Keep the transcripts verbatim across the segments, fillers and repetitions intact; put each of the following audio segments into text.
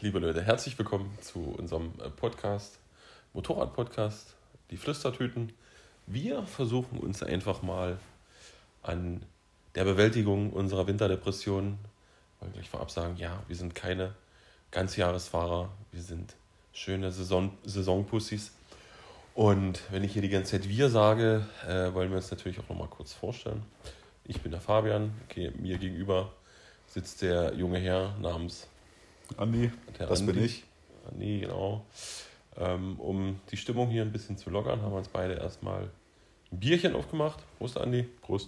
liebe Leute, herzlich willkommen zu unserem Podcast, Motorrad-Podcast, die Flüstertüten. Wir versuchen uns einfach mal an der Bewältigung unserer Winterdepression, wollen gleich vorab sagen, ja, wir sind keine Ganzjahresfahrer, wir sind schöne Saison, Saisonpussys. Und wenn ich hier die ganze Zeit wir sage, äh, wollen wir uns natürlich auch nochmal kurz vorstellen. Ich bin der Fabian, okay, mir gegenüber sitzt der junge Herr namens Andi, der das Andi. bin ich. Andi, genau. Ähm, um die Stimmung hier ein bisschen zu lockern, haben wir uns beide erstmal ein Bierchen aufgemacht. Prost, Andi. Prost.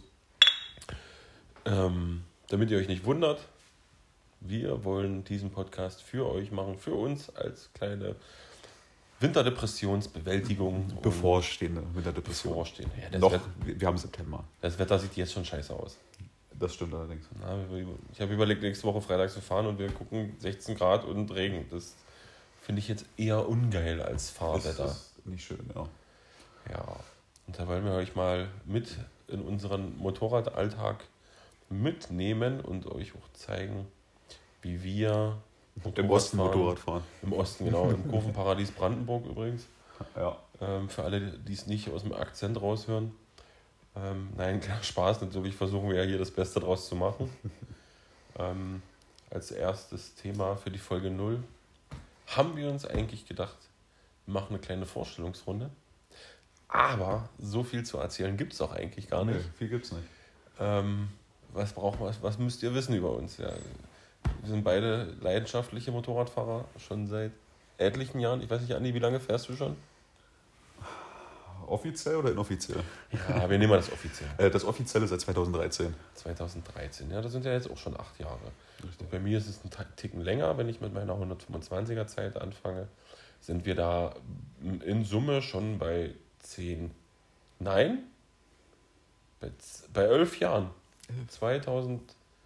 Ähm, damit ihr euch nicht wundert, wir wollen diesen Podcast für euch machen, für uns als kleine Winterdepressionsbewältigung. Bevorstehende Winterdepression. Bevorstehen. Ja, das Noch, Wett- wir wir haben September. Das Wetter sieht jetzt schon scheiße aus. Das stimmt allerdings. Na, ich habe überlegt, nächste Woche Freitag zu fahren und wir gucken sechzehn Grad und Regen. Das finde ich jetzt eher ungeil als Fahrwetter. Das ist nicht schön, ja. Ja, und da wollen wir euch mal mit in unseren Motorradalltag mitnehmen und euch auch zeigen, wie wir Im Osten fahren. Motorrad fahren. Im Osten, genau, im Kurvenparadies Brandenburg übrigens. Ja. Ähm, für alle, die es nicht aus dem Akzent raushören. Ähm, nein, klar, Spaß, natürlich versuchen wir ja hier das Beste draus zu machen. ähm, als erstes Thema für die Folge null haben wir uns eigentlich gedacht, wir machen eine kleine Vorstellungsrunde. Aber so viel zu erzählen gibt es auch eigentlich gar nicht. Nee, viel gibt's nicht. Ähm, was braucht was, was müsst ihr wissen über uns? Ja, wir sind beide leidenschaftliche Motorradfahrer, schon seit etlichen Jahren. Ich weiß nicht, Andi, wie lange fährst du schon? Offiziell oder inoffiziell? Ja, wir nehmen mal das offiziell. Äh, das Offizielle seit zweitausenddreizehn. zweitausenddreizehn, ja, das sind ja jetzt auch schon acht Jahre. Und bei mir ist es ein Ticken länger, wenn ich mit meiner hundertfünfundzwanziger Zeit anfange, sind wir da in Summe schon bei zehn, nein, bei, bei elf Jahren. zweitausendzehn,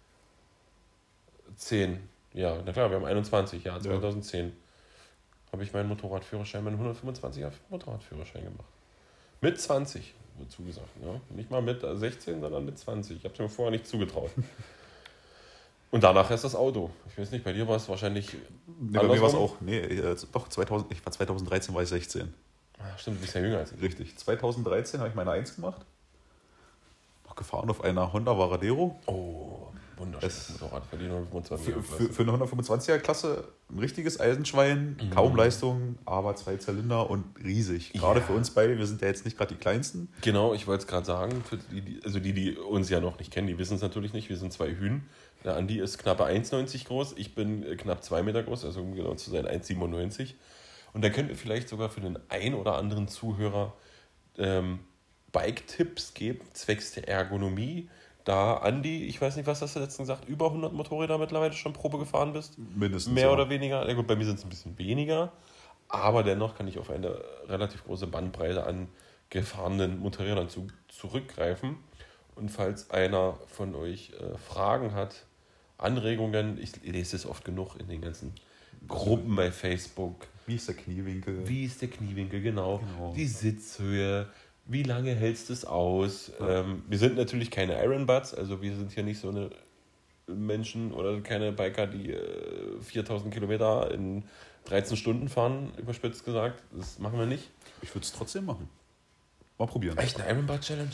ja, na klar, wir haben einundzwanzig, ja, zweitausendzehn ja. Habe ich meinen Motorradführerschein, meinen hundertfünfundzwanziger Motorradführerschein gemacht. Mit zwanzig, wird zugesagt. Ja? Nicht mal mit sechzehn, sondern mit zwanzig. Ich habe es mir vorher nicht zugetraut. Und danach erst das Auto. Ich weiß nicht, bei dir war es wahrscheinlich Nee, bei mir war es auch, nee, äh, doch, zweitausend, ich war zweitausenddreizehn war ich sechzehn. Ah, stimmt, du bist ja jünger als ich. Richtig. zweitausenddreizehn habe ich meine eins gemacht. Noch gefahren auf einer Honda Varadero. Oh, wunderschönes Es- Motorrad für die hundertfünfundzwanziger. Für, für, für eine hundertfünfundzwanziger Klasse ein richtiges Eisenschwein, Mhm. kaum Leistung, aber zwei Zylinder und riesig. Gerade Ja. für uns beide, wir sind ja jetzt nicht gerade die Kleinsten. Genau, ich wollte es gerade sagen, für die, die, also die, die uns ja noch nicht kennen, die wissen es natürlich nicht, wir sind zwei Hühn. Der Andi ist knappe eins neunzig groß, ich bin äh, knapp zwei Meter groß, also um genau zu sein eins siebenundneunzig. Und da könnt ihr vielleicht sogar für den ein oder anderen Zuhörer ähm, Bike-Tipps geben, zwecks der Ergonomie. Da, Andi, ich weiß nicht, was hast du letztens gesagt, über hundert Motorräder mittlerweile schon Probe gefahren bist? Mindestens. Mehr ja. oder weniger. Ja gut, bei mir sind es ein bisschen weniger, aber dennoch kann ich auf eine relativ große Bandbreite an gefahrenen Motorrädern zu, zurückgreifen. Und falls einer von euch äh, Fragen hat, Anregungen, ich lese es oft genug in den ganzen Gruppen bei Facebook. Wie ist der Kniewinkel? Wie ist der Kniewinkel, genau. Genau. Die Sitzhöhe, wie lange hältst du es aus? Ja. Ähm, wir sind natürlich keine Iron Butts, also wir sind hier nicht so eine Menschen oder keine Biker, die äh, viertausend Kilometer in dreizehn Stunden fahren, überspitzt gesagt. Das machen wir nicht. Ich würde es trotzdem machen. Mal probieren. Echt eine Iron Butt Challenge?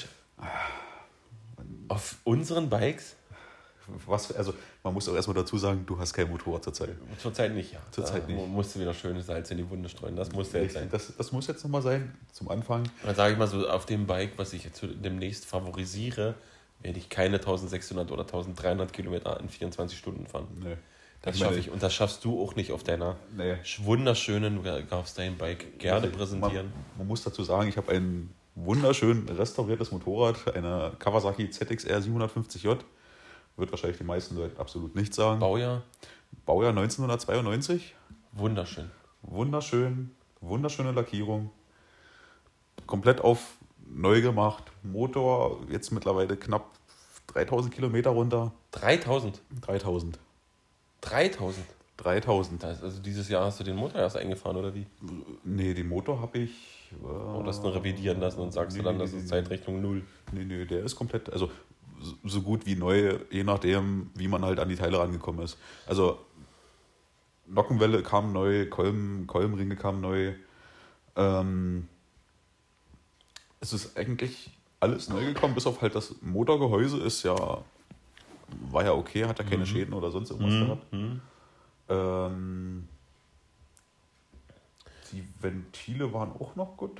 Auf unseren Bikes? Was, also man muss auch erstmal dazu sagen, du hast kein Motorrad zurzeit. Zurzeit nicht, ja. Zurzeit Da nicht. musst du wieder schönes Salz in die Wunde streuen. Das muss ja jetzt sein. Das, das muss jetzt nochmal sein, zum Anfang. Dann sage ich mal so, auf dem Bike, was ich jetzt demnächst favorisiere, werde ich keine eintausendsechshundert oder eintausenddreihundert Kilometer in vierundzwanzig Stunden fahren. Nee. Das Ich meine, schaffe ich. Und das schaffst du auch nicht auf deiner Nee. wunderschönen, du darfst dein Bike gerne präsentieren. Man, man muss dazu sagen, ich habe ein wunderschön restauriertes Motorrad, eine Kawasaki Z X R siebenhundertfünfzig J. Wird wahrscheinlich die meisten Leute absolut nicht sagen. Baujahr, Baujahr neunzehnhundertzweiundneunzig. wunderschön. Wunderschön, wunderschöne Lackierung. Komplett auf neu gemacht. Motor jetzt mittlerweile knapp dreitausend Kilometer runter. dreitausend. dreitausend. dreitausend. dreitausend. Das heißt, also dieses Jahr hast du den Motor erst eingefahren, oder wie? Nee, den Motor habe ich. Äh, Oder hast du ihn revidieren lassen und sagst nee, du dann, nee, das nee, ist nee. Zeitrichtung null? Nee, nee, der ist komplett, also so- so gut wie neu, je nachdem, wie man halt an die Teile rangekommen ist. Also Nockenwelle kam neu, Kolben, Kolbenringe kamen neu. Ähm, es ist eigentlich alles neu gekommen, bis auf halt das Motorgehäuse ist ja, war ja okay, hat ja keine Mhm. Schäden oder sonst irgendwas Mhm. gehabt. Mhm. Ähm, die Ventile waren auch noch gut.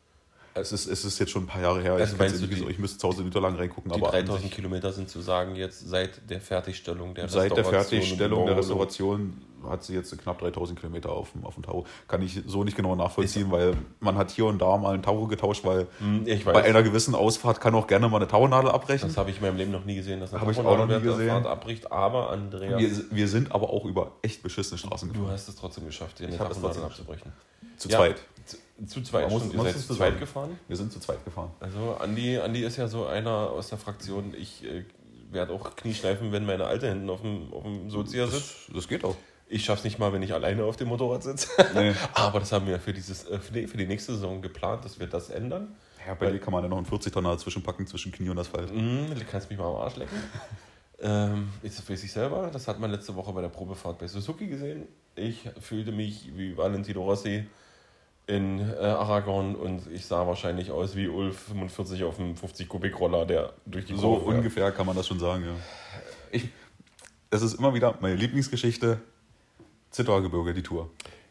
Es ist, es ist jetzt schon ein paar Jahre her. Also ich, meinst kann's- du die- ich müsste zu Hause in die Unterlagen reingucken. Die aber an dreitausend sich- Kilometer sind zu sagen jetzt seit der Fertigstellung der Seit der Restauration Fertigstellung und der Bau- Restauration hat sie jetzt knapp dreitausend Kilometer auf, dem- auf dem Tacho. Kann ich so nicht genau nachvollziehen, weil man hat hier und da mal einen Tacho getauscht, weil Hm, Ich weiß. bei einer gewissen Ausfahrt kann auch gerne mal eine Tauchnadel abbrechen. Das habe ich in meinem Leben noch nie gesehen, dass eine Habe ich Tachonadel auch noch nie während der gesehen. Fahrt abbricht. Aber Andreas, Wir, wir sind aber auch über echt beschissene Straßen du gefahren. hast es trotzdem geschafft, dir eine Ich habe es Tachonadel trotzdem abzubrechen. Zu Ja, zweit. Zu, zu zweit. Man muss- Stimmt, muss ihr seid es zu so zweit sagen. gefahren. Wir sind zu zweit gefahren. Also Andi, Andi ist ja so einer aus der Fraktion, ich äh, werde auch Knieschleifen, wenn meine Alte hinten auf dem, auf dem Sozia sitzt. Das, das geht auch. Ich schaff's nicht mal, wenn ich alleine auf dem Motorrad sitze. Nee. Aber das haben wir für, dieses, äh, für, die, für die nächste Saison geplant, dass wir das ändern. Ja, bei dir kann man ja noch einen vierzig Tonner zwischenpacken zwischen Knie und Asphalt. Mhm, du kannst mich mal am Arsch lecken. ähm, jetzt weiß ich selber, das hat man letzte Woche bei der Probefahrt bei Suzuki gesehen. Ich fühlte mich wie Valentino Rossi in äh, Aragon und ich sah wahrscheinlich aus wie Ulf fünfundvierzig auf dem fünfzig Kubik Roller, der durch die So Kurve fährt. ungefähr kann man das schon sagen, ja. Ich, es ist immer wieder meine Lieblingsgeschichte. Zittauergebirge, die Tour.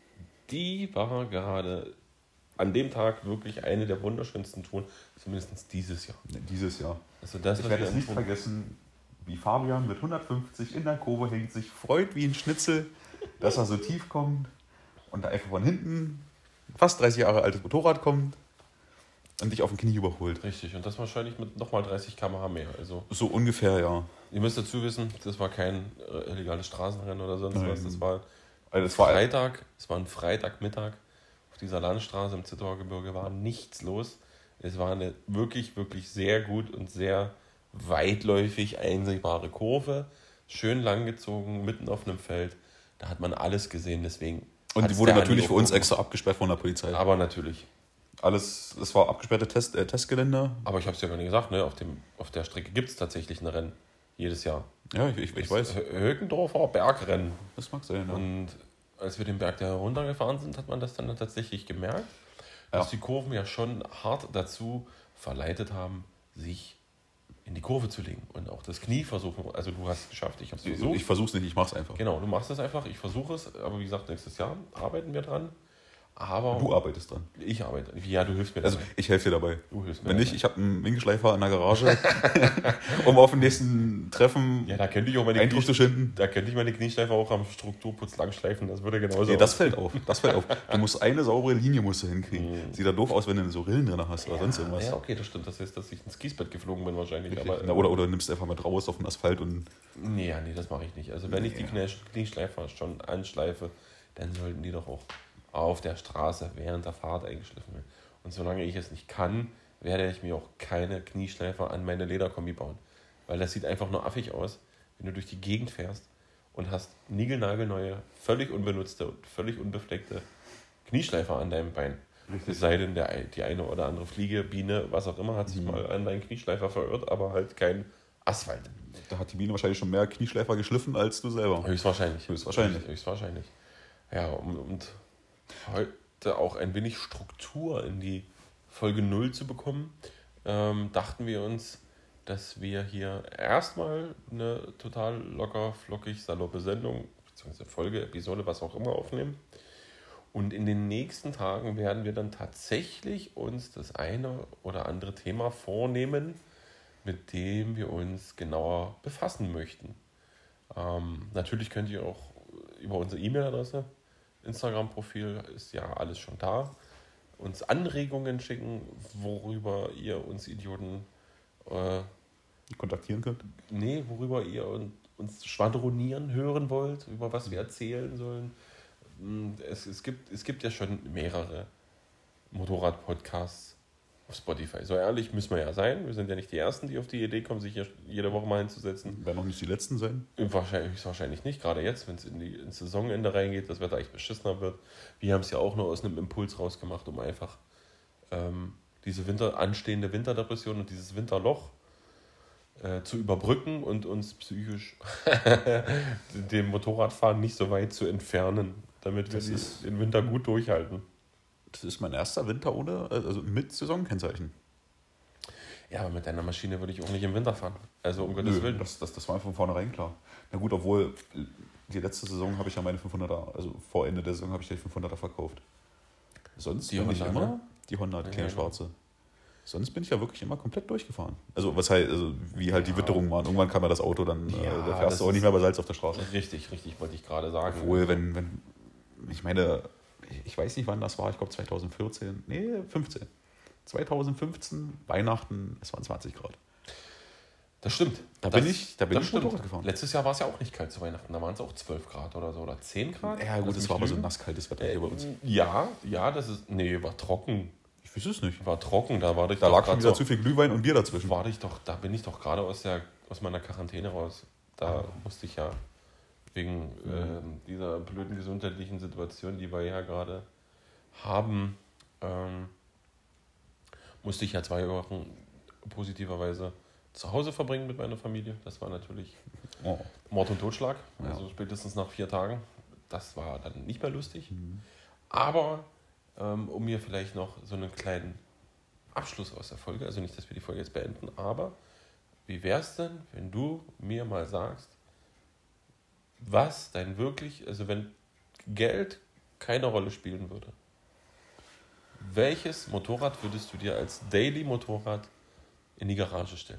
Die war gerade an dem Tag wirklich eine der wunderschönsten Touren, zumindest dieses Jahr. Dieses Jahr. Also das, Ich was werde wir es an nicht Touren- vergessen, wie Fabian mit hundertfünfzig in der Kurve hängt, sich freut wie ein Schnitzel, dass er so tief kommt und da einfach von hinten fast dreißig Jahre altes Motorrad kommt und dich auf dem Knie überholt. Richtig, und das wahrscheinlich mit nochmal dreißig Kilometer pro Stunde mehr. Also So ungefähr, ja. ihr müsst dazu wissen, das war kein äh, illegales Straßenrennen oder sonst Nein. was. Das war Also das war Freitag, es war ein Freitagmittag. Auf dieser Landstraße im Zittauer Gebirge war nichts los. Es war eine wirklich, wirklich sehr gut und sehr weitläufig einsehbare Kurve. Schön langgezogen, mitten auf einem Feld. Da hat man alles gesehen, deswegen. und die hat's wurde der natürlich Andi für uns auch extra abgesperrt von der Polizei. gemacht. Aber natürlich. Alles, es war abgesperrte Test, äh, Testgelände. Aber ich habe es ja gar nicht gesagt, ne? auf, dem, auf der Strecke gibt es tatsächlich ein Rennen. Jedes Jahr. Ja, ich, ich, ich weiß. Das Hö- Höckendorfer Bergrennen. Das mag sein, ja. Und als wir den Berg da runtergefahren sind, hat man das dann tatsächlich gemerkt, dass Ja. die Kurven ja schon hart dazu verleitet haben, sich in die Kurve zu legen und auch das Knie versuchen. Also du hast es geschafft, ich habe es Ich, versucht. ich versuch's nicht, ich mach's einfach. Genau, du machst es einfach, ich versuche es, aber wie gesagt, nächstes Jahr arbeiten wir dran. Aber Du arbeitest dran. ich arbeite. Ja, du hilfst mir Also dabei. ich helfe dir dabei. Du hilfst mir Wenn nicht, dabei. ich habe einen Winkelschleifer in der Garage, um auf dem nächsten Treffen Ja, da könnte ich auch meine Eindruck zu schinden. Da könnte ich meine Knieschleife auch am Strukturputz langschleifen, das würde genauso Nee, das aussehen. fällt auf. Das fällt auf. Du musst eine saubere Linie musst du hinkriegen. Mhm. Sieht da doof aus, wenn du so Rillen drin hast oder sonst irgendwas. Ja, okay, das stimmt. Das heißt, dass ich ins Kiesbett geflogen bin wahrscheinlich. Richtig. Aber, Na, oder, oder nimmst einfach mit raus auf den Asphalt und Nee, ja, nee, das mache ich nicht. Also wenn ich die Ja. Knie- Knieschleifer schon anschleife, dann sollten die doch auch auf der Straße während der Fahrt eingeschliffen werden. Und solange ich es nicht kann, werde ich mir auch keine Knieschleifer an meine Lederkombi bauen. Weil das sieht einfach nur affig aus, wenn du durch die Gegend fährst und hast niegelnagelneue, völlig unbenutzte und völlig unbefleckte Knieschleifer an deinem Bein. Richtig. Es sei denn, der, die eine oder andere Fliege, Biene, was auch immer, hat sich Mhm. mal an deinen Knieschleifer verirrt, aber halt kein Asphalt. da hat die Biene wahrscheinlich schon mehr Knieschleifer geschliffen als du selber. Höchstwahrscheinlich. Höchstwahrscheinlich. Höchstwahrscheinlich. Ja, und, und heute auch ein wenig Struktur in die Folge null zu bekommen, ähm, dachten wir uns, dass wir hier erstmal eine total locker, flockig, saloppe Sendung, beziehungsweise Folge, Episode, was auch immer aufnehmen. Und in den nächsten Tagen werden wir dann tatsächlich uns das eine oder andere Thema vornehmen, mit dem wir uns genauer befassen möchten. Ähm, natürlich könnt ihr auch über unsere E-Mail-Adresse, Instagram-Profil ist ja alles schon da, uns Anregungen schicken, worüber ihr uns Idioten, äh, Kontaktieren könnt. nee, worüber ihr un- uns schwadronieren hören wollt, über was wir erzählen sollen. Es, es, gibt, es gibt ja schon mehrere Motorrad-Podcasts auf Spotify. So ehrlich müssen wir ja sein. Wir sind ja nicht die Ersten, die auf die Idee kommen, sich hier jede Woche mal hinzusetzen. Werden noch nicht die letzten sein. Wahrscheinlich, höchstwahrscheinlich nicht, gerade jetzt, wenn es in die ins Saisonende reingeht, das Wetter echt beschissener wird. Wir haben es ja auch nur aus einem Impuls rausgemacht, um einfach ähm, diese Winter, anstehende Winterdepression und dieses Winterloch äh, zu überbrücken und uns psychisch dem Motorradfahren nicht so weit zu entfernen, damit wir Das ist- den Winter gut durchhalten. Das ist mein erster Winter ohne, also mit Saisonkennzeichen. Ja, aber mit deiner Maschine würde ich auch nicht im Winter fahren. Also um Gottes Nö, Willen. das, das, das war von vornherein klar. Na gut, obwohl die letzte Saison habe ich ja meine fünfhunderter, also vor Ende der Saison habe ich die fünfhunderter verkauft. Sonst Die bin ich Honda, immer, ne? die Honda, die Ja, kleine genau. schwarze. Sonst bin ich ja wirklich immer komplett durchgefahren. Also was halt, also wie halt die Ja. Witterungen waren. Irgendwann kam ja das Auto, dann Ja, äh, da das fährst du auch ist- nicht mehr bei Salz auf der Straße. Richtig, richtig, wollte ich gerade sagen. Obwohl, wenn, wenn, ich meine, ich weiß nicht, wann das war, ich glaube zwanzig vierzehn, nee, fünfzehn. zwanzig fünfzehn, Weihnachten, es waren zwanzig Grad. Das stimmt. Da das, bin ich, da bin das ich stimmt. Motorrad gefahren. Letztes Jahr war es ja auch nicht kalt zu Weihnachten. Da waren es auch zwölf Grad oder so. Oder zehn Grad. Ja gut, Lass es mich war aber so lügen. nasskaltes Wetter Äh, hier bei uns. Ja, ja, das ist. Nee, war trocken. Ich weiß es nicht. War trocken. Da war ich Da doch lag schon grad wieder so, zu viel Glühwein und Bier dazwischen. war ich doch, da bin ich doch gerade aus, der, aus meiner Quarantäne raus. Da musste ich ja wegen ähm, dieser blöden gesundheitlichen Situation, die wir ja gerade haben, ähm, musste ich ja zwei Wochen positiverweise zu Hause verbringen mit meiner Familie. Das war natürlich Oh. Mord und Totschlag, Ja. also spätestens nach vier Tagen. Das war dann nicht mehr lustig. Mhm. Aber ähm, um mir vielleicht noch so einen kleinen Abschluss aus der Folge, also nicht, dass wir die Folge jetzt beenden, aber wie wäre es denn, wenn du mir mal sagst, was dein wirklich, also wenn Geld keine Rolle spielen würde, welches Motorrad würdest du dir als Daily-Motorrad in die Garage stellen?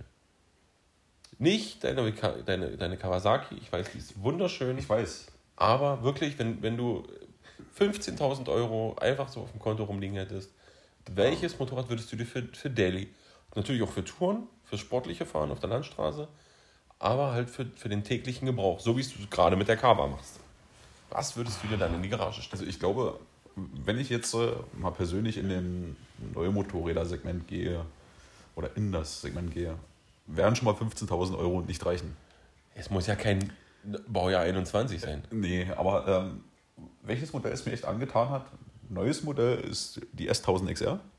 Nicht deine, deine, deine Kawasaki, ich weiß, die ist wunderschön, Ich weiß. aber wirklich, wenn, wenn du fünfzehntausend Euro einfach so auf dem Konto rumliegen hättest, welches Motorrad würdest du dir für, für Daily, natürlich auch für Touren, für sportliche Fahren auf der Landstraße, aber halt für, für den täglichen Gebrauch, so wie es du gerade mit der Kawa machst. Was würdest du dir dann in die Garage stellen? Also ich glaube, wenn ich jetzt äh, mal persönlich in den neue Motorräder-Segment gehe oder in das Segment gehe, werden schon mal fünfzehntausend Euro nicht reichen. Es muss ja kein Baujahr einundzwanzig sein. Nee, aber ähm, welches Modell es mir echt angetan hat, neues Modell ist die S tausend X R,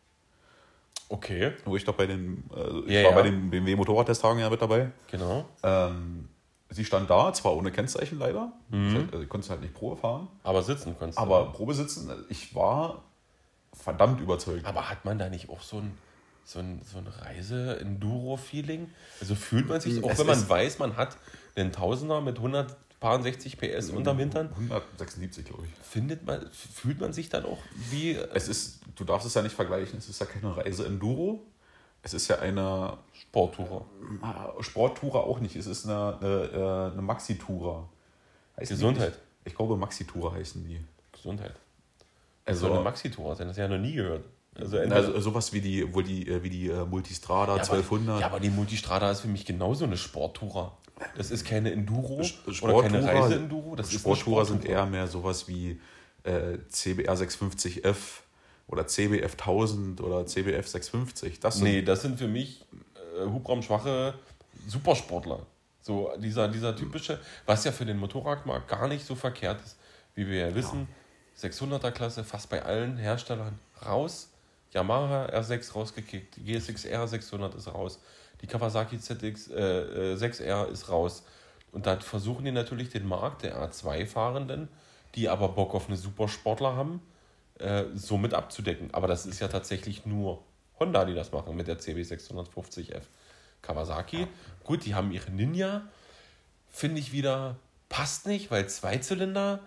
Okay, wo ich doch bei den, äh, ich Ja, war ja. bei den B M W Motorradtesttagen ja mit dabei. genau. Ähm, sie stand da, zwar ohne Kennzeichen leider, Mhm. das heißt, also ich konnte halt nicht Probe fahren, Aber sitzen kannst du. aber Probe sitzen, ich war verdammt überzeugt. Aber hat man da nicht auch so ein, so ein, so ein Reise-Enduro-Feeling? Also fühlt man sich, auch Es wenn man ist- weiß, man hat einen Tausender mit hundertsechzig P S unterm Hintern, hundertsechsundsiebzig, glaube ich. findet man, fühlt man sich dann auch wie... Es ist, du darfst es ja nicht vergleichen, es ist ja keine Reise-Enduro, es ist ja eine Sporttourer. äh, Sporttourer auch nicht, es ist eine, eine, äh, eine Maxi-Tourer. Heißt die Gesundheit. nicht? Ich glaube, Maxi-Tourer heißen die. Gesundheit. Also, So eine Maxi-Tourer sein, das habe ich ja noch nie gehört. Also, entweder- also sowas wie die, wohl die, äh, wie die äh, Multistrada ja, aber, zwölfhundert. ja, aber die Multistrada ist für mich genauso eine Sporttourer. Das ist keine Enduro Sch- oder keine Sporttourer- Reise-Enduro. Das ist eine Sporttourer sind Sporttourer. eher mehr sowas wie äh, C B R sechshundertfünfzig F oder C B F tausend oder C B F sechshundertfünfzig. Das sind, Nee, das sind für mich äh, hubraumschwache Supersportler. So dieser, dieser typische, was ja für den Motorradmarkt gar nicht so verkehrt ist. Wie wir ja wissen, sechshunderter Klasse fast bei allen Herstellern raus. Yamaha R sechs rausgekickt, G S X R sechshundert ist raus, die Kawasaki Z X äh, äh, sechs R ist raus. Und da versuchen die natürlich den Markt der A zwei Fahrenden, die aber Bock auf eine Supersportler haben, äh, somit abzudecken. Aber das ist ja tatsächlich nur Honda, die das machen mit der C B sechshundertfünfzig F. Kawasaki, gut, die haben ihre Ninja, finde ich wieder, passt nicht, weil Zweizylinder,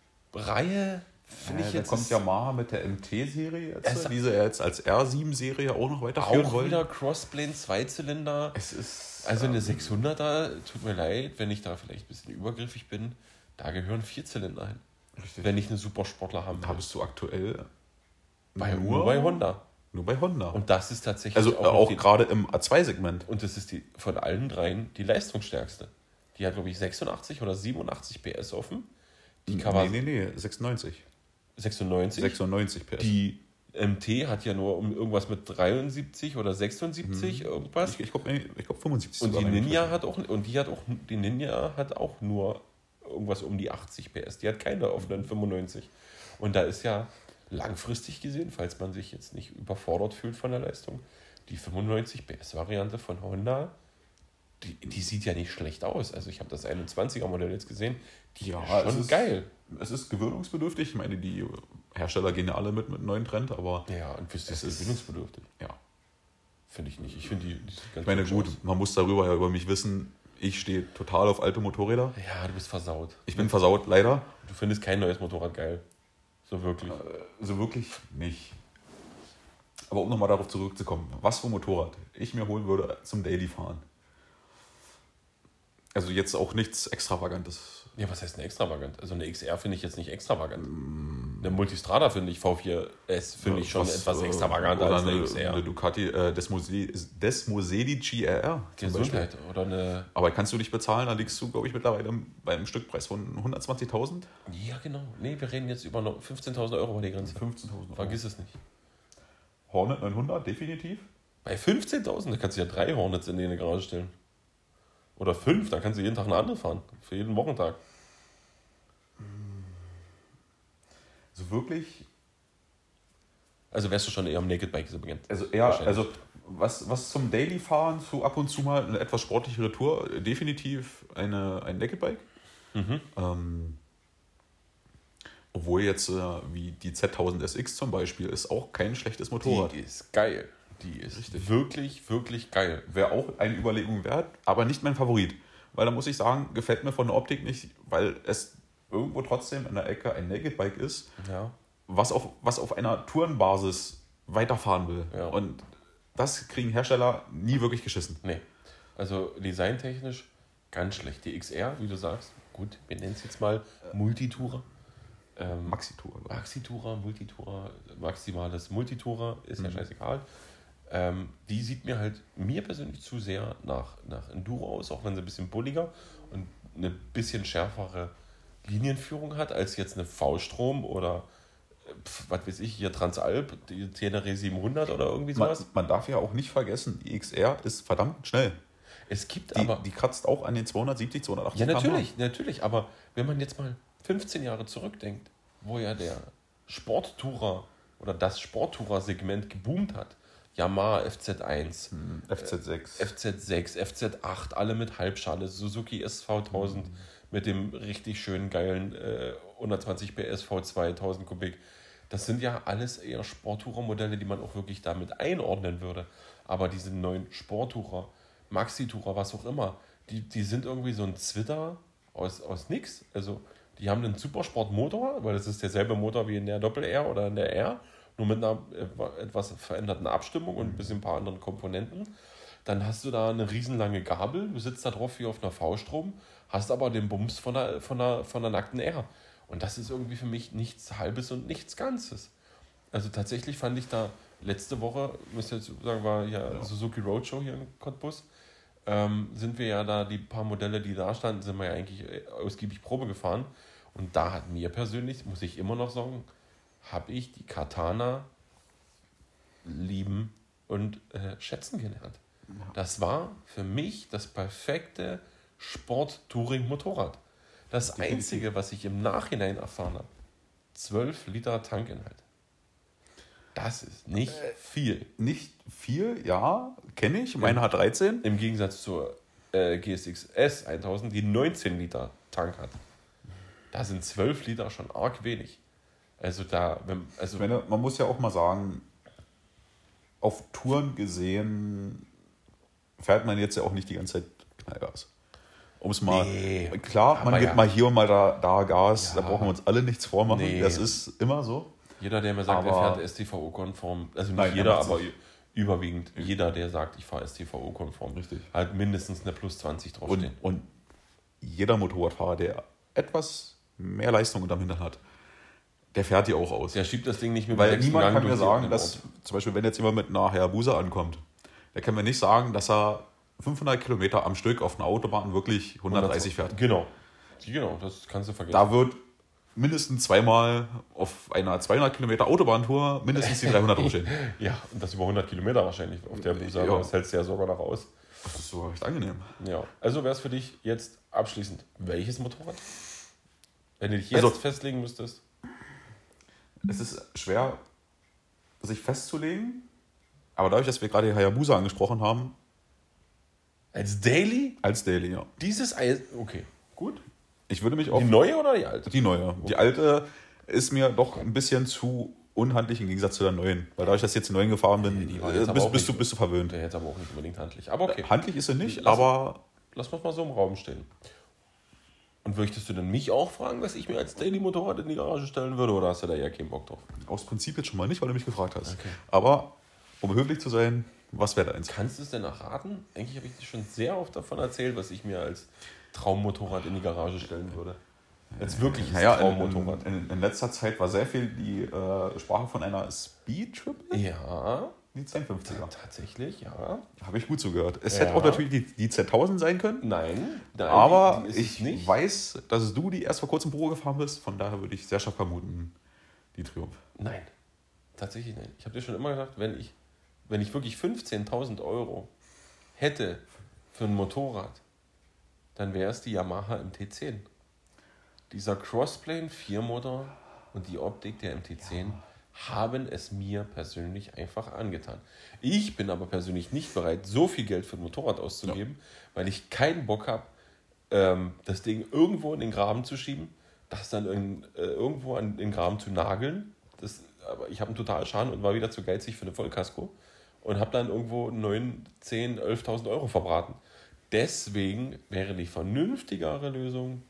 Reihe, finde äh, ich da jetzt... kommt ist- Yamaha mit der M T-Serie, Es- jetzt, die sie jetzt als R sieben Serie auch noch weiterführen auch wollen. wieder Crossplane, Zweizylinder. Es ist Also eine ähm, sechshunderter, tut mir leid, wenn ich da vielleicht ein bisschen übergriffig bin, da gehören Vierzylinder hin. richtig. Wenn ich eine Supersportler haben Da will. bist du aktuell Bei, nur bei Honda. Nur bei Honda. Und das ist tatsächlich also auch, noch auch die, gerade im A zwei Segment. und das ist die von allen dreien die leistungsstärkste. Die hat, glaube ich, sechsundachtzig oder siebenundachtzig P S offen. Die Nee, Kawasaki nee, nee, sechsundneunzig. sechsundneunzig. sechsundneunzig P S. Die M T hat ja nur um irgendwas mit dreiundsiebzig oder sechsundsiebzig irgendwas. ich ich glaube ich glaub fünfundsiebzig. Und die sogar, wenn ich mich Ninja nicht hat auch und die hat auch die Ninja hat auch nur irgendwas um die achtzig P S. Die hat keine offenen fünfundneunzig. Und da ist ja langfristig gesehen, falls man sich jetzt nicht überfordert fühlt von der Leistung, die fünfundneunzig P S Variante von Honda die, die sieht ja nicht schlecht aus. Also ich habe das einundzwanziger Modell jetzt gesehen. Die Ja, ist schon es ist, geil. Es ist gewöhnungsbedürftig. Ich meine, die Hersteller gehen ja alle mit mit einem neuen Trend, aber Ja, und wisst ihr, es ist ist- gewöhnungsbedürftig. ja. Finde ich nicht. Ich finde die, die sieht ganz Ich meine, hübsch gut, aus. man muss darüber ja über mich wissen, ich stehe total auf alte Motorräder. Ja, du bist versaut. Ich bin versaut, leider. Du findest kein neues Motorrad geil. So wirklich. Äh, So wirklich nicht. Aber um nochmal darauf zurückzukommen, was für ein Motorrad ich mir holen würde zum Daily fahren. Also jetzt auch nichts Extravagantes. Ja, was heißt eine extravagant? Also eine X R finde ich jetzt nicht extravagant. Eine Multistrada finde ich, V vier S finde ich schon Was, etwas äh, extravaganter oder als eine eine, X R. eine Ducati, äh, Desmosedi, Desmosedi G R R. zum Gesundheit oder eine... Beispiel. Aber kannst du nicht bezahlen, da liegst du, glaube ich, mittlerweile bei einem Stückpreis von hundertzwanzigtausend. Ja, genau. Nee, wir reden jetzt über noch fünfzehntausend Euro bei der Grenze. fünfzehntausend Euro. Vergiss es nicht. Hornet neunhundert, definitiv. Bei fünfzehntausend, da kannst du ja drei Hornets in die Garage stellen. Oder fünf, da kannst du jeden Tag eine andere fahren. Für jeden Wochentag. Also wirklich, Also wärst du schon eher am Naked Bike so beginnt. also eher, Wahrscheinlich. also was, was zum Daily-Fahren, zu ab und zu mal eine etwas sportlichere Tour, definitiv eine, ein Naked Bike. Mhm. Ähm, obwohl jetzt, äh, wie die Z tausend S X zum Beispiel, ist auch kein schlechtes Motorrad. Die ist geil. Die ist Richtig. wirklich, wirklich geil. Wäre auch eine Überlegung wert, aber nicht mein Favorit. Weil da muss ich sagen, gefällt mir von der Optik nicht, weil es irgendwo trotzdem in der Ecke ein Naked Bike ist, Ja. was auf, was auf einer Tourenbasis weiterfahren will. Ja. Und das kriegen Hersteller nie wirklich geschissen. Nee. Also designtechnisch ganz schlecht. Die X R, wie du sagst, gut, wir nennen es jetzt mal Multitourer. Ähm, Maxi-Tour. glaub ich. Maxi-Tourer, Multitourer, maximales Multitourer, ist ja scheißegal. Ähm, die sieht mir halt, mir persönlich zu sehr nach, nach Enduro aus, auch wenn sie ein bisschen bulliger und eine bisschen schärfere Linienführung hat, als jetzt eine V-Strom oder äh, pf, was weiß ich, hier Transalp, die Tenere siebenhundert oder irgendwie Man, sowas. man darf ja auch nicht vergessen, die X R ist verdammt schnell. Es gibt Die, aber... die kratzt auch an den zweihundertsiebzig, zweihundertachtzig Ja, km/h. natürlich, natürlich. Aber wenn man jetzt mal fünfzehn Jahre zurückdenkt, wo ja der Sporttourer oder das Sporttourer-Segment geboomt hat, Yamaha F Z eins, F Z sechs. F Z sechs, F Z acht, alle mit Halbschale, Suzuki S V tausend mit dem richtig schönen geilen äh, hundertzwanzig P S V zwei tausend Kubik. Das sind ja alles eher Sporttourer-Modelle, die man auch wirklich damit einordnen würde. Aber diese neuen Sporttourer, Maxi-Tourer, was auch immer, die, die sind irgendwie so ein Zwitter aus, aus nix. Also die haben einen Supersportmotor, weil das ist derselbe Motor wie in der Doppel-R oder in der R, nur mit einer äh, etwas veränderten Abstimmung und ein bisschen ein paar anderen Komponenten. Dann hast du da eine riesenlange Gabel, du sitzt da drauf wie auf einer V-Strom, hast aber den Bums von der, von der, von der nackten R. Und das ist irgendwie für mich nichts Halbes und nichts Ganzes. Also tatsächlich fand ich da letzte Woche, müsst ihr jetzt sagen, war ja, ja. Suzuki Roadshow hier in Cottbus, ähm, sind wir ja da, die paar Modelle, die da standen, sind wir ja eigentlich ausgiebig Probe gefahren. Und da hat mir persönlich, muss ich immer noch sagen, habe ich die Katana lieben und äh, schätzen gelernt. Ja. Das war für mich das perfekte Sport-Touring-Motorrad. Das Definitiv. Einzige, was ich im Nachhinein erfahren habe, zwölf Liter Tankinhalt. Das ist nicht äh, viel. Nicht viel, ja, kenne ich. Meine hat dreizehn. Im Gegensatz zur äh, G S X S tausend, die neunzehn Liter Tank hat. Da sind zwölf Liter schon arg wenig. Also da, wenn, also ich meine, man muss ja auch mal sagen, auf Touren gesehen fährt man jetzt ja auch nicht die ganze Zeit Knallgas. Um es mal, nee, klar, man gibt ja. mal hier und mal da, da Gas, ja. Da brauchen wir uns alle nichts vormachen, nee. Das ist immer so. Jeder, der mir sagt, aber er fährt S T V O-konform, also nicht nein, jeder, aber sich. überwiegend ja. jeder, der sagt, ich fahre S T V O-konform, richtig, halt mindestens eine Plus zwanzig draufstehen. Und, und jeder Motorradfahrer, der etwas mehr Leistung unterm Hintern hat, der fährt die auch aus. Der schiebt das Ding nicht mehr. Weil niemand Gang kann mir sagen, dass zum Beispiel, wenn jetzt jemand mit einer Hayabusa ankommt, der kann mir nicht sagen, dass er fünfhundert Kilometer am Stück auf einer Autobahn wirklich hundertdreißig fährt. Genau, genau, das kannst du vergessen. Da wird mindestens zweimal auf einer zweihundert Kilometer Autobahntour mindestens die dreihundert rumstehen. Ja, und das über hundert Kilometer wahrscheinlich auf der Busa. Ja. Das hältst du ja sogar noch aus. Das ist so recht angenehm. Ja, also wäre es für dich jetzt abschließend, welches Motorrad? Wenn du dich jetzt also, festlegen müsstest? Es ist schwer, sich festzulegen, aber dadurch, dass wir gerade die Hayabusa angesprochen haben, Als Daily? Als Daily, ja. Dieses Eis. Okay, gut. Ich würde mich auch. Die neue oder die alte? Die neue. Okay. Die alte ist mir doch ein bisschen zu unhandlich im Gegensatz zu der neuen. Weil dadurch, dass ich jetzt die neuen gefahren bin, die bist, bist, bist, du, bist du verwöhnt. Der jetzt aber auch nicht unbedingt handlich. Aber okay. Handlich ist sie nicht, lass, aber. Lass uns mal so im Raum stehen. Und möchtest du denn mich auch fragen, was ich mir als Daily-Motorrad in die Garage stellen würde? Oder hast du da eher keinen Bock drauf? Aus Prinzip jetzt schon mal nicht, weil du mich gefragt hast. Okay. Aber um höflich zu sein, was wäre deins? Kannst du es denn erraten? Eigentlich habe ich dir schon sehr oft davon erzählt, was ich mir als Traummotorrad in die Garage stellen würde. Als wirkliches naja, Traummotorrad. In, in, in letzter Zeit war sehr viel die äh, Sprache von einer Speed Triple. Ja. Die zehnhundertfünfziger. Tatsächlich, ja. Habe ich gut zugehört. Es Ja. hätte auch natürlich die, die zehntausend sein können. Nein, nein aber die, die ist ich es nicht. weiß, dass du die erst vor kurzem Probe gefahren bist. Von daher würde ich sehr stark vermuten, die Triumph. Nein, tatsächlich nein. Ich habe dir schon immer gesagt, wenn ich, wenn ich wirklich fünfzehntausend Euro hätte für ein Motorrad, dann wäre es die Yamaha M T zehn. Dieser Crossplane vier Motor und die Optik der M T zehn ja. haben es mir persönlich einfach angetan. Ich bin aber persönlich nicht bereit, so viel Geld für ein Motorrad auszugeben, ja. weil ich keinen Bock habe, ähm, das Ding irgendwo in den Graben zu schieben, das dann in, äh, irgendwo an den Graben zu nageln. Das, aber ich habe einen totalen Schaden und war wieder zu geizig für eine Vollkasko und habe dann irgendwo neun, zehn, elftausend Euro verbraten. Deswegen wäre die vernünftigere Lösung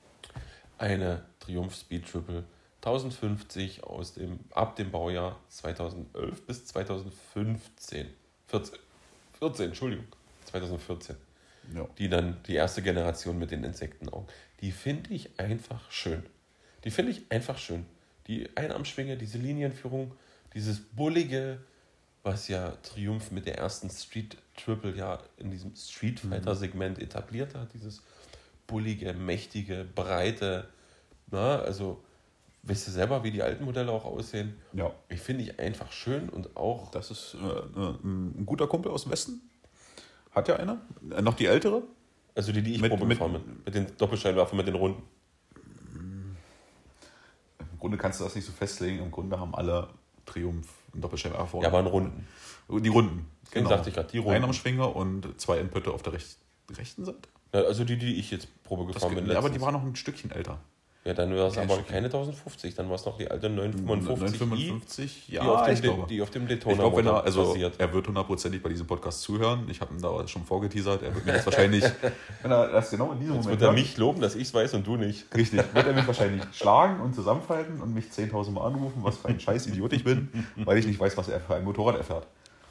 eine Triumph Speed Triple tausendfünfzig aus dem, ab dem Baujahr zweitausendelf bis zweitausendfünfzehn. vierzehn, vierzehn, Entschuldigung, zweitausendvierzehn. Ja. Die dann die erste Generation mit den Insektenaugen. Die finde ich einfach schön. Die finde ich einfach schön. Die Einarmschwinge, diese Linienführung, dieses bullige, was ja Triumph mit der ersten Street Triple ja in diesem Street Fighter Segment etabliert hat, dieses bullige, mächtige, breite, na, also weißt du selber, wie die alten Modelle auch aussehen? Ja. Ich finde ich einfach schön und auch... Das ist äh, ein guter Kumpel aus dem Westen. Hat ja einer. Äh, noch die ältere. Also die, die ich mit, Probe mit, gefahren bin. Mit den Doppelscheinwerfern, mit den Runden. Im Grunde kannst du das nicht so festlegen. Im Grunde haben alle Triumph einen Doppelscheinwerfer vorne. Ja, aber in Runden. Die Runden. Genau. Sagte ich gerade, die Runden. Einarmschwinger und zwei Inputte auf der rech- rechten Seite. Ja, also die, die ich jetzt Probe gefahren das, bin. Ja, aber die war noch ein Stückchen älter. Ja, dann war es Kein aber Stückchen. keine tausendfünfzig, dann war es noch die alte neunhundertfünfundfünfzig. neunhundertfünfundfünfzig, ja, die auf dem, ich glaube. Die auf dem Daytona ich glaube, wenn er, also basiert. er wird hundertprozentig bei diesem Podcast zuhören. Ich habe ihn da schon vorgeteasert. Er wird mich jetzt wahrscheinlich, wenn er das genau in diesem Jetzt Moment wird er hört, mich loben, dass ich es weiß und du nicht. richtig, wird er mich wahrscheinlich schlagen und zusammenfalten und mich zehntausend Mal anrufen, was für ein scheiß Idiot ich bin, weil ich nicht weiß, was er für ein Motorrad erfährt.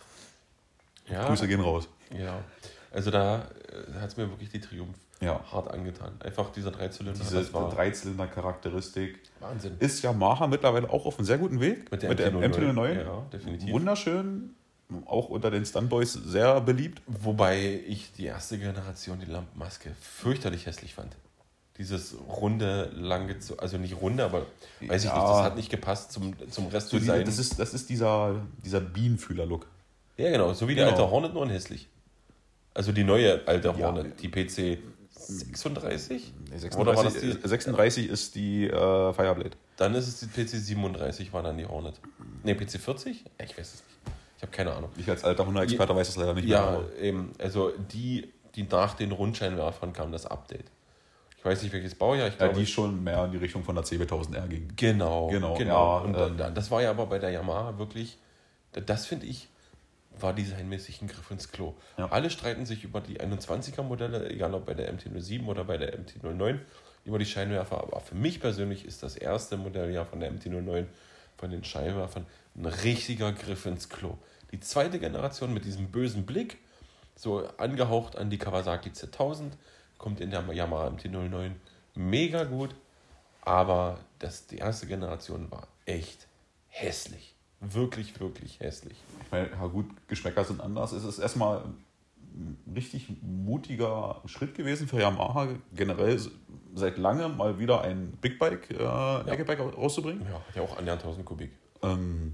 Ja, Grüße gehen raus. ja. Also da äh, hat es mir wirklich die Triumph Ja. hart angetan. Einfach dieser Dreizylinder. Diese das war Dreizylinder-Charakteristik. Wahnsinn. Ist Yamaha mittlerweile auch auf einem sehr guten Weg. Mit der Mit der M M T T null null neun. Ja, definitiv. Wunderschön. Auch unter den Stuntboys sehr beliebt. Wobei ich die erste Generation, die Lampenmaske, fürchterlich hässlich fand. Dieses runde, lang gezogen, also nicht runde, aber weiß ich Ja. nicht, das hat nicht gepasst zum, zum Rest So des diese, das ist, das ist dieser, dieser Bienenfühler-Look. Ja, genau, so wie die Genau. alte Hornet, nur in hässlich. Also die neue alte Ja. Hornet, die P C sechsunddreißig? Nee, Oder war das sechsunddreißig, die? sechsunddreißig ist die äh, Fireblade. Dann ist es die P C siebenunddreißig, war dann die Hornet. Ne, P C vierzig? Ich weiß es nicht. Ich habe keine Ahnung. Ich als alter Honda-Experte weiß das leider nicht mehr. Ja, aber- eben. Also die, die nach den Rundscheinwerfern kam das Update. Ich weiß nicht, welches Baujahr. Ich Ja, glaube, die schon mehr in die Richtung von der C B tausend R ging. Genau, Genau, genau. ja, Und ähm, da- das war ja aber bei der Yamaha wirklich, das finde ich, war designmäßig ein Griff ins Klo. Ja. Alle streiten sich über die einundzwanziger Modelle, egal ob bei der M T null sieben oder bei der M T null neun, über die Scheinwerfer. Aber für mich persönlich ist das erste Modell ja von der M T null neun, von den Scheinwerfern, ein richtiger Griff ins Klo. Die zweite Generation mit diesem bösen Blick, so angehaucht an die Kawasaki Z tausend, kommt in der Yamaha M T null neun mega gut. Aber das, die erste Generation war echt hässlich. Wirklich, wirklich hässlich. Ich meine, ja gut, Geschmäcker sind anders. Es ist erstmal ein richtig mutiger Schritt gewesen für Yamaha, generell seit langem mal wieder ein Big Bike, äh, Ecke-Bike rauszubringen. Ja, hat ja auch annähernd tausend Kubik. Ähm,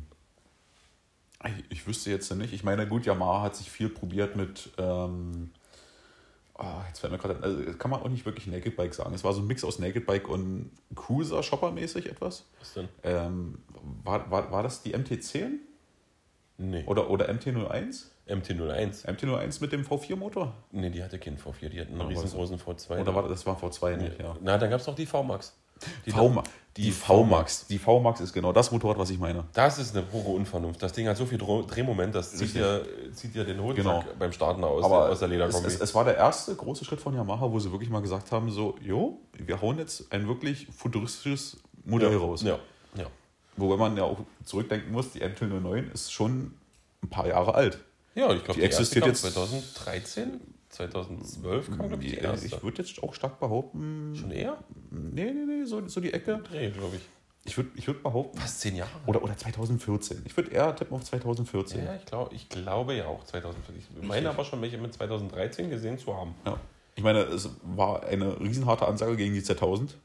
ich, ich wüsste jetzt nicht. Ich meine, gut, Yamaha hat sich viel probiert mit. Ähm, oh, jetzt fällt mir gerade. Also, kann man auch nicht wirklich Naked Bike sagen. Es war so ein Mix aus Naked Bike und Cruiser-Shopper-mäßig etwas. Was denn? Ähm, war, war, war das die M T zehn? Nee. Oder, oder M T null eins? M T null eins. M T null eins mit dem V vier Motor? Nee, die hatte keinen V vier, die hatten einen Aber riesengroßen V zwei. Oder war das, das war V zwei nicht, ja. Na, dann gab es noch die V-Max. Die, V-Max. Die, die V-Max. Die V-Max ist genau das Motorrad, was ich meine. Das ist eine pure Unvernunft. Das Ding hat so viel Dro- Drehmoment, das zieht dir, zieht dir den Hodensack Genau. beim Starten aus, Aber der, aus der es, Lederkombi. es, es war der erste große Schritt von Yamaha, wo sie wirklich mal gesagt haben, so, jo, wir hauen jetzt ein wirklich futuristisches Modell ja. raus. Ja, ja. Wobei man ja auch zurückdenken muss, die M T null neun ist schon ein paar Jahre alt. Ja, ich glaube, die, die existiert jetzt zwanzig dreizehn, zweitausendzwölf kam, glaube ich, die erste. Ich würde jetzt auch stark behaupten... Schon eher? Nee, nee, nee, so, so die Ecke. Dreh, glaube ich. Ich würde ich würd behaupten... Fast zehn Jahre. Oder, oder zweitausendvierzehn. Ich würde eher tippen auf zweitausendvierzehn. Ja, ich, glaub, ich glaube ja auch zweitausendvierzehn. Ich meine aber schon welche mit zweitausenddreizehn gesehen zu haben. Ja. Ich meine, es war eine riesenharte Ansage gegen die Z tausend.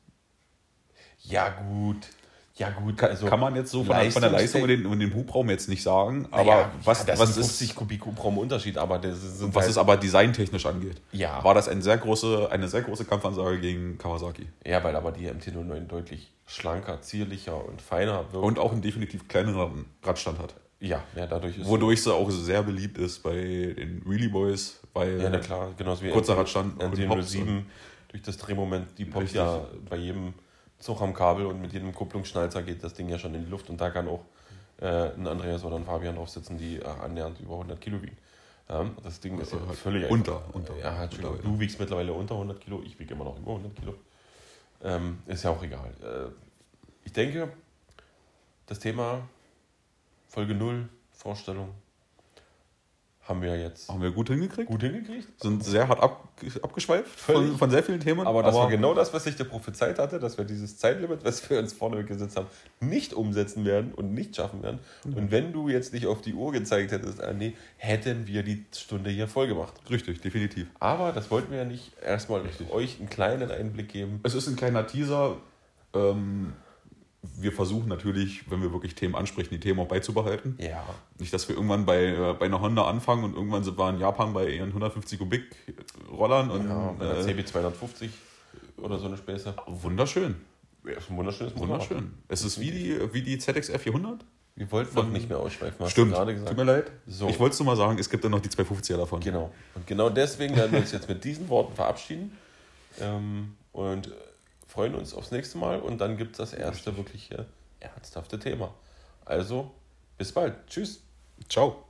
Ja, gut. Ja, gut. Kann, also kann man jetzt so von, der- von der Leistung und, den, und dem Hubraum jetzt nicht sagen. Aber naja, was, ja, das was, sind fünfzig ist, Kubik Hubraum Unterschied, aber das sind was halt, es aber designtechnisch angeht, Ja. war das eine sehr, große, eine sehr große Kampfansage gegen Kawasaki. Ja, weil aber die M T null neun deutlich schlanker, zierlicher und feiner wirkt. Und auch einen definitiv kleineren Radstand hat. ja, ja, dadurch ist Wodurch sie auch sehr beliebt ist bei den Wheelie Boys, weil ja, na klar, genauso wie kurzer M T Radstand M T und null Hops sieben durch das Drehmoment, die poppt Richtig. ja bei jedem Zug am Kabel und mit jedem Kupplungsschnalzer geht das Ding ja schon in die Luft und da kann auch äh, ein Andreas oder ein Fabian drauf sitzen, die äh, annähernd über hundert Kilo wiegen. Ja, das Ding ist ja Äh, völlig unter, einfach. unter, Ja, Entschuldigung, mittlerweile. du wiegst mittlerweile unter hundert Kilo, ich wiege immer noch über hundert Kilo. Ähm, ist ja auch egal. Äh, ich denke, das Thema Folge null, Vorstellung, haben wir jetzt haben wir gut hingekriegt. gut hingekriegt. Sind sehr hart ab, abgeschweift Völlig. von, von sehr vielen Themen. Aber das war genau das, was ich dir prophezeit hatte, dass wir dieses Zeitlimit, was wir uns vorne gesetzt haben, nicht umsetzen werden und nicht schaffen werden. Und wenn du jetzt nicht auf die Uhr gezeigt hättest, ah, nee, hätten wir die Stunde hier voll gemacht. Richtig, definitiv. Aber das wollten wir ja nicht. Erstmal euch einen kleinen Einblick geben. Es ist ein kleiner Teaser. Ähm, wir versuchen natürlich, wenn wir wirklich Themen ansprechen, die Themen auch beizubehalten. Ja. Nicht, dass wir irgendwann bei, äh, bei einer Honda anfangen und irgendwann sind wir in Japan bei ihren hundertfünfzig Kubik Rollern. Und, Ja, bei der äh, C B zweihundertfünfzig oder so eine Späße. wunderschön. Ja, ist ein wunderschönes Motorrad. Wunderschön. Es ist wie die, wie die Z X R vierhundert. Wir wollten noch nicht mehr ausschweifen, hast Stimmt, du gerade gesagt. tut mir leid. So. Ich wollte es nur mal sagen, es gibt dann noch die zweihundertfünfziger davon. Genau. Und genau deswegen werden wir uns jetzt mit diesen Worten verabschieden ähm, und freuen uns aufs nächste Mal. Und dann gibt es das erste wirklich äh, ernsthafte Thema. Also, bis bald. Tschüss. Ciao.